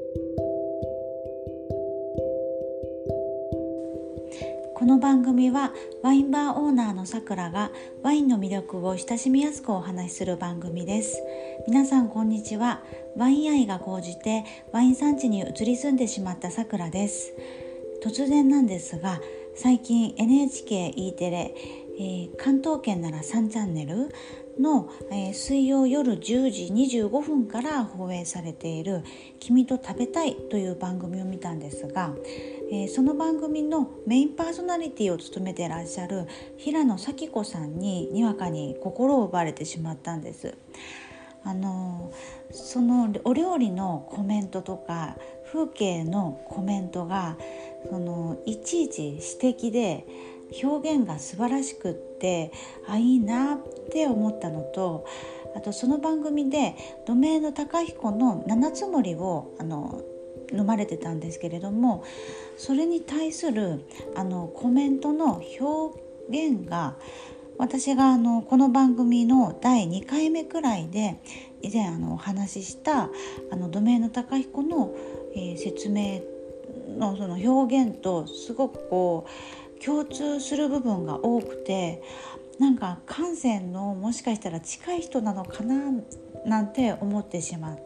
この番組はワインバーオーナーのさくらがワインの魅力を親しみやすくお話しする番組です。皆さんこんにちは。ワイン愛が高じてワイン産地に移り住んでしまったさくらです。突然なんですが、最近 NHKE テレ、関東圏なら3チャンネルの、水曜夜10時25分から放映されている君と食べたいという番組を見たんですが、その番組のメインパーソナリティを務めていらっしゃる平野咲子さんにわかに心を奪われてしまったんです。そのお料理のコメントとか風景のコメントがいちいち詩的で表現が素晴らしくっていいなって思ったのと、あとその番組で土銘の高彦の七つ森を飲まれてたんですけれども、それに対するコメントの表現が、私がこの番組の第2回目くらいで以前お話しした土銘の高彦の、説明のその表現とすごく共通する部分が多くて、なんか感性のもしかしたら近い人なのかななんて思ってしまって、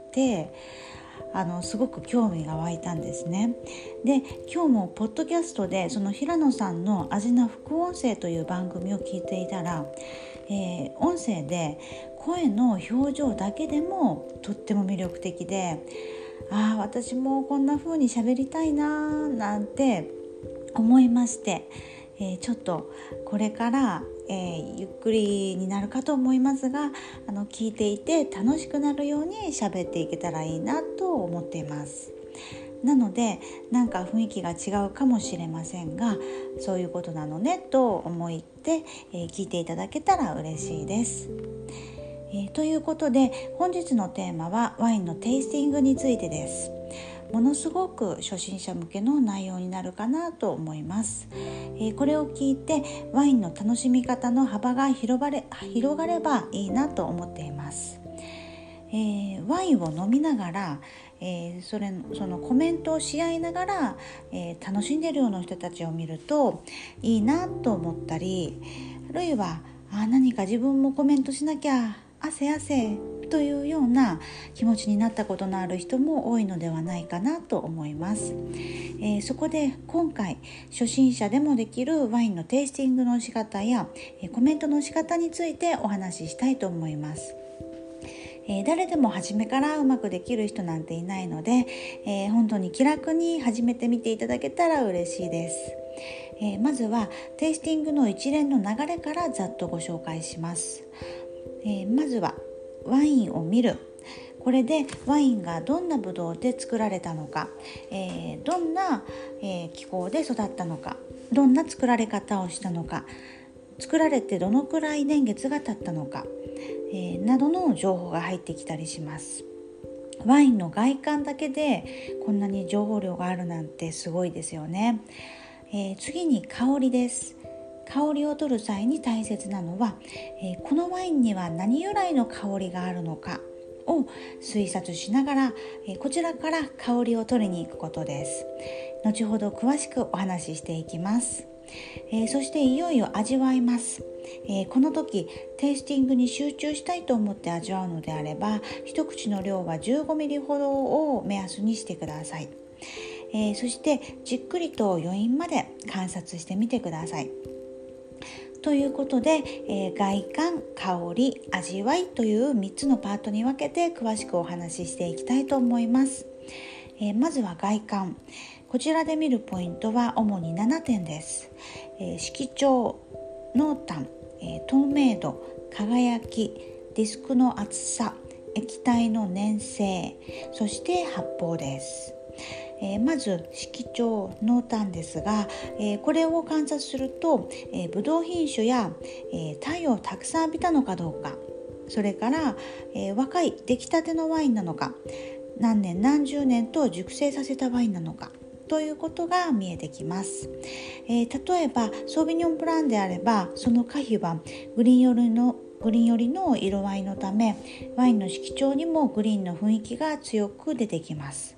すごく興味が湧いたんですね。で、今日もポッドキャストでその平野さんの味な副音声という番組を聞いていたら、音声で声の表情だけでもとっても魅力的で、私もこんな風に喋りたいななんて思いまして、ちょっとこれから、ゆっくりになるかと思いますが、聞いていて楽しくなるように喋っていけたらいいなと思っています。なのでなんか雰囲気が違うかもしれませんが、そういうことなのねと思って、聞いていただけたら嬉しいです。ということで本日のテーマはワインのテイスティングについてです。ものすごく初心者向けの内容になるかなと思います。これを聞いてワインの楽しみ方の幅が広がればいいなと思っています。ワインを飲みながら、そのコメントをし合いながら、楽しんでいるような人たちを見るといいなと思ったり、あるいは何か自分もコメントしなきゃ汗というような気持ちになったことのある人も多いのではないかなと思います。そこで今回初心者でもできるワインのテイスティングの仕方やコメントの仕方についてお話ししたいと思います。誰でも初めからうまくできる人なんていないので、本当に気楽に始めてみていただけたら嬉しいです。まずはテイスティングの一連の流れからざっとご紹介します。まずはワインを見る。これでワインがどんなブドウで作られたのか、どんな、気候で育ったのか、どんな作られ方をしたのか、作られてどのくらい年月が経ったのか、などの情報が入ってきたりします。ワインの外観だけでこんなに情報量があるなんてすごいですよね。次に香りです。香りを取る際に大切なのは、このワインには何由来の香りがあるのかを推察しながら、こちらから香りを取りに行くことです。後ほど詳しくお話ししていきます。そしていよいよ味わいます。この時テイスティングに集中したいと思って味わうのであれば、一口の量は15ミリほどを目安にしてください。そしてじっくりと余韻まで観察してみてください。ということで、外観、香り、味わいという3つのパートに分けて詳しくお話ししていきたいと思います。まずは外観。こちらで見るポイントは主に7点です。色調、濃淡、透明度、輝き、ディスクの厚さ、液体の粘性、そして発泡です。まず色調、濃淡ですが、これを観察すると、ブドウ品種や、太陽をたくさん浴びたのかどうか、それから、若い出来たてのワインなのか、何年何十年と熟成させたワインなのかということが見えてきます。例えばソービニョンブランであれば、その果皮はグリーン寄りの色合いのため、ワインの色調にもグリーンの雰囲気が強く出てきます。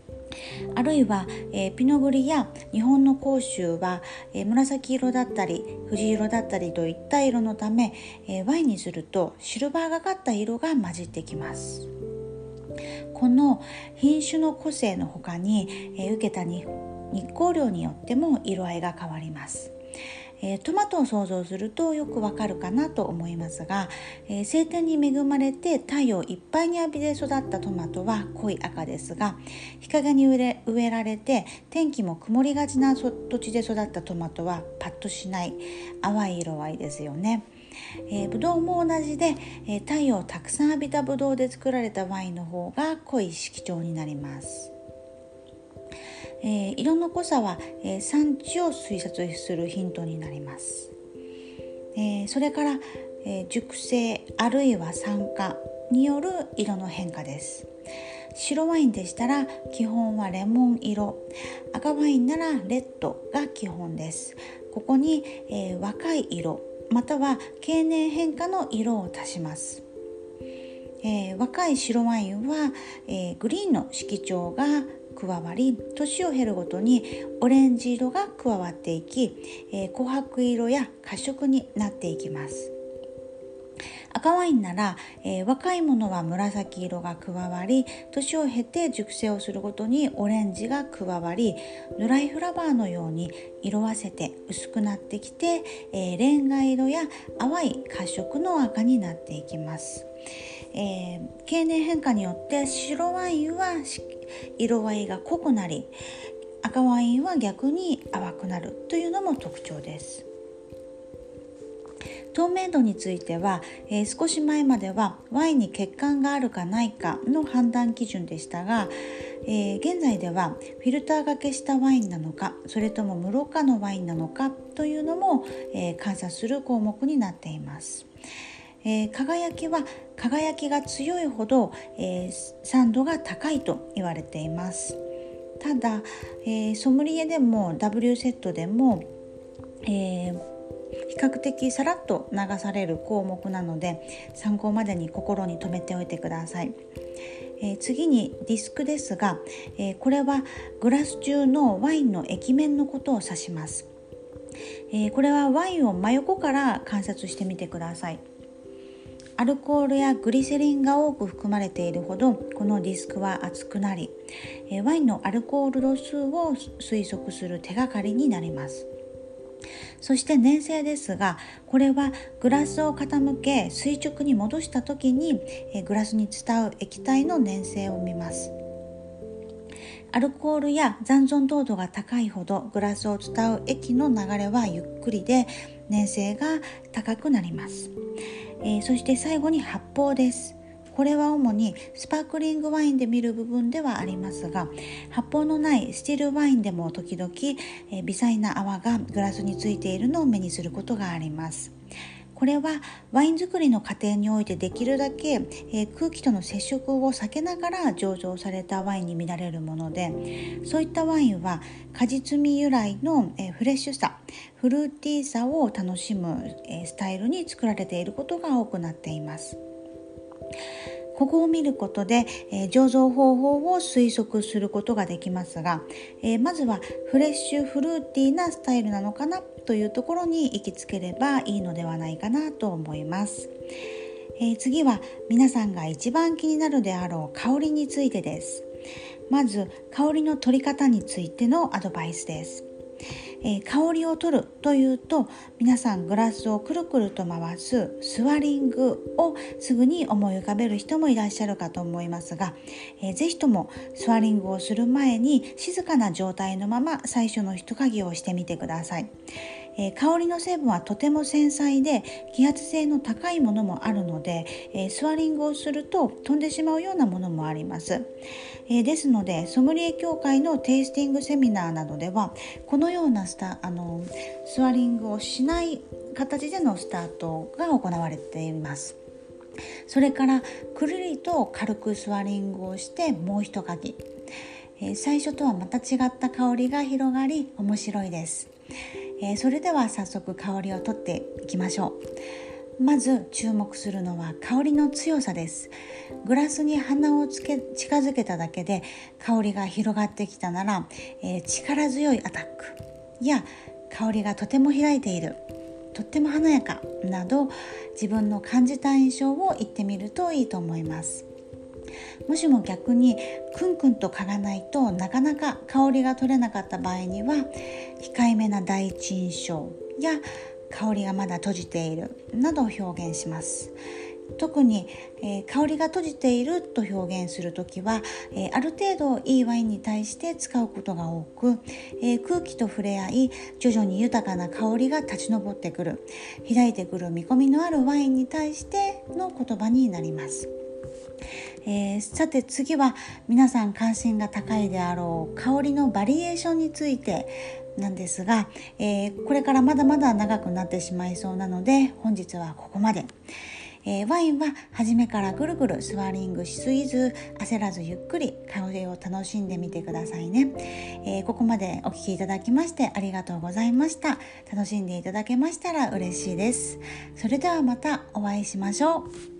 あるいは、ピノグリや日本の甲州は、紫色だったり藤色だったりといった色のため、ワインにするとシルバーがかった色が混じってきます。この品種の個性の他に、受けた日光量によっても色合いが変わります。トマトを想像するとよくわかるかなと思いますが、晴天に恵まれて太陽いっぱいに浴びて育ったトマトは濃い赤ですが、日陰に植えられて天気も曇りがちな土地で育ったトマトはパッとしない淡い色合いですよね。ブドウも同じで、太陽をたくさん浴びたブドウで作られたワインの方が濃い色調になります。色の濃さは、産地を推察するヒントになります。それから、熟成あるいは酸化による色の変化です。白ワインでしたら基本はレモン色、赤ワインならレッドが基本です。ここに、若い色または経年変化の色を足します。若い白ワインは、グリーンの色調が加わり、年を経るごとにオレンジ色が加わっていき、琥珀色や褐色になっていきます。赤ワインなら、若いものは紫色が加わり、年を経て熟成をするごとにオレンジが加わり、ドライフラワーのように色あせて薄くなってきて、レンガ色や淡い褐色の赤になっていきます。経年変化によって白ワインは色合いが濃くなり、赤ワインは逆に淡くなるというのも特徴です。透明度については、少し前まではワインに欠陥があるかないかの判断基準でしたが、現在ではフィルターがけしたワインなのか、それとも無濾過のワインなのかというのも、観察する項目になっています。輝きが強いほど、酸度が高いと言われています。ただ、ソムリエでも W セットでも、比較的さらっと流される項目なので、参考までに心に留めておいてください。次にディスクですが、これはグラス中のワインの液面のことを指します。これはワインを真横から観察してみてください。アルコールやグリセリンが多く含まれているほどこのディスクは厚くなり、ワインのアルコール度数を推測する手がかりになります。そして粘性ですが、これはグラスを傾け垂直に戻した時にグラスに伝う液体の粘性を見ます。アルコールや残存濃度が高いほどグラスを伝う液の流れはゆっくりで粘性が高くなります。そして最後に発泡です。これは主にスパークリングワインで見る部分ではありますが、発泡のないスティルワインでも時々、微細な泡がグラスについているのを目にすることがあります。これはワイン作りの過程においてできるだけ、空気との接触を避けながら醸造されたワインに見られるもので、そういったワインは果実味由来の、フレッシュさ、フルーティーさを楽しむ、スタイルに作られていることが多くなっています。ここを見ることで、醸造方法を推測することができますが、まずはフレッシュフルーティーなスタイルなのかなというところに行きつければいいのではないかなと思います。次は皆さんが一番気になるであろう香りについてです。まず香りの取り方についてのアドバイスです。香りを取るというと、皆さんグラスをくるくると回すスワリングをすぐに思い浮かべる人もいらっしゃるかと思いますが、ぜひともスワリングをする前に静かな状態のまま最初の一嗅ぎをしてみてください。香りの成分はとても繊細で揮発性の高いものもあるので、スワリングをすると飛んでしまうようなものもあります。ですのでソムリエ協会のテイスティングセミナーなどではこのようなスワリングをしない形でのスタートが行われています。それからくるりと軽くスワリングをしてもう一嗅ぎ、最初とはまた違った香りが広がり面白いです。それでは早速香りを取っていきましょう。 まず注目するのは香りの強さです。グラスに鼻を近づけただけで香りが広がってきたなら、力強いアタックや香りがとても開いている、とっても華やかなど、自分の感じた印象を言ってみるといいと思います。もしも逆にクンクンと嗅がないとなかなか香りが取れなかった場合には、控えめな第一印象や香りがまだ閉じているなどを表現します。特に、香りが閉じていると表現するときは、ある程度いいワインに対して使うことが多く、空気と触れ合い徐々に豊かな香りが立ち上ってくる、開いてくる見込みのあるワインに対しての言葉になります。さて次は皆さん関心が高いであろう香りのバリエーションについてなんですが、これからまだまだ長くなってしまいそうなので本日はここまで。ワインは初めからぐるぐるスワーリングしすぎず、焦らずゆっくり香りを楽しんでみてくださいね。ここまでお聞きいただきましてありがとうございました。楽しんでいただけましたら嬉しいです。それではまたお会いしましょう。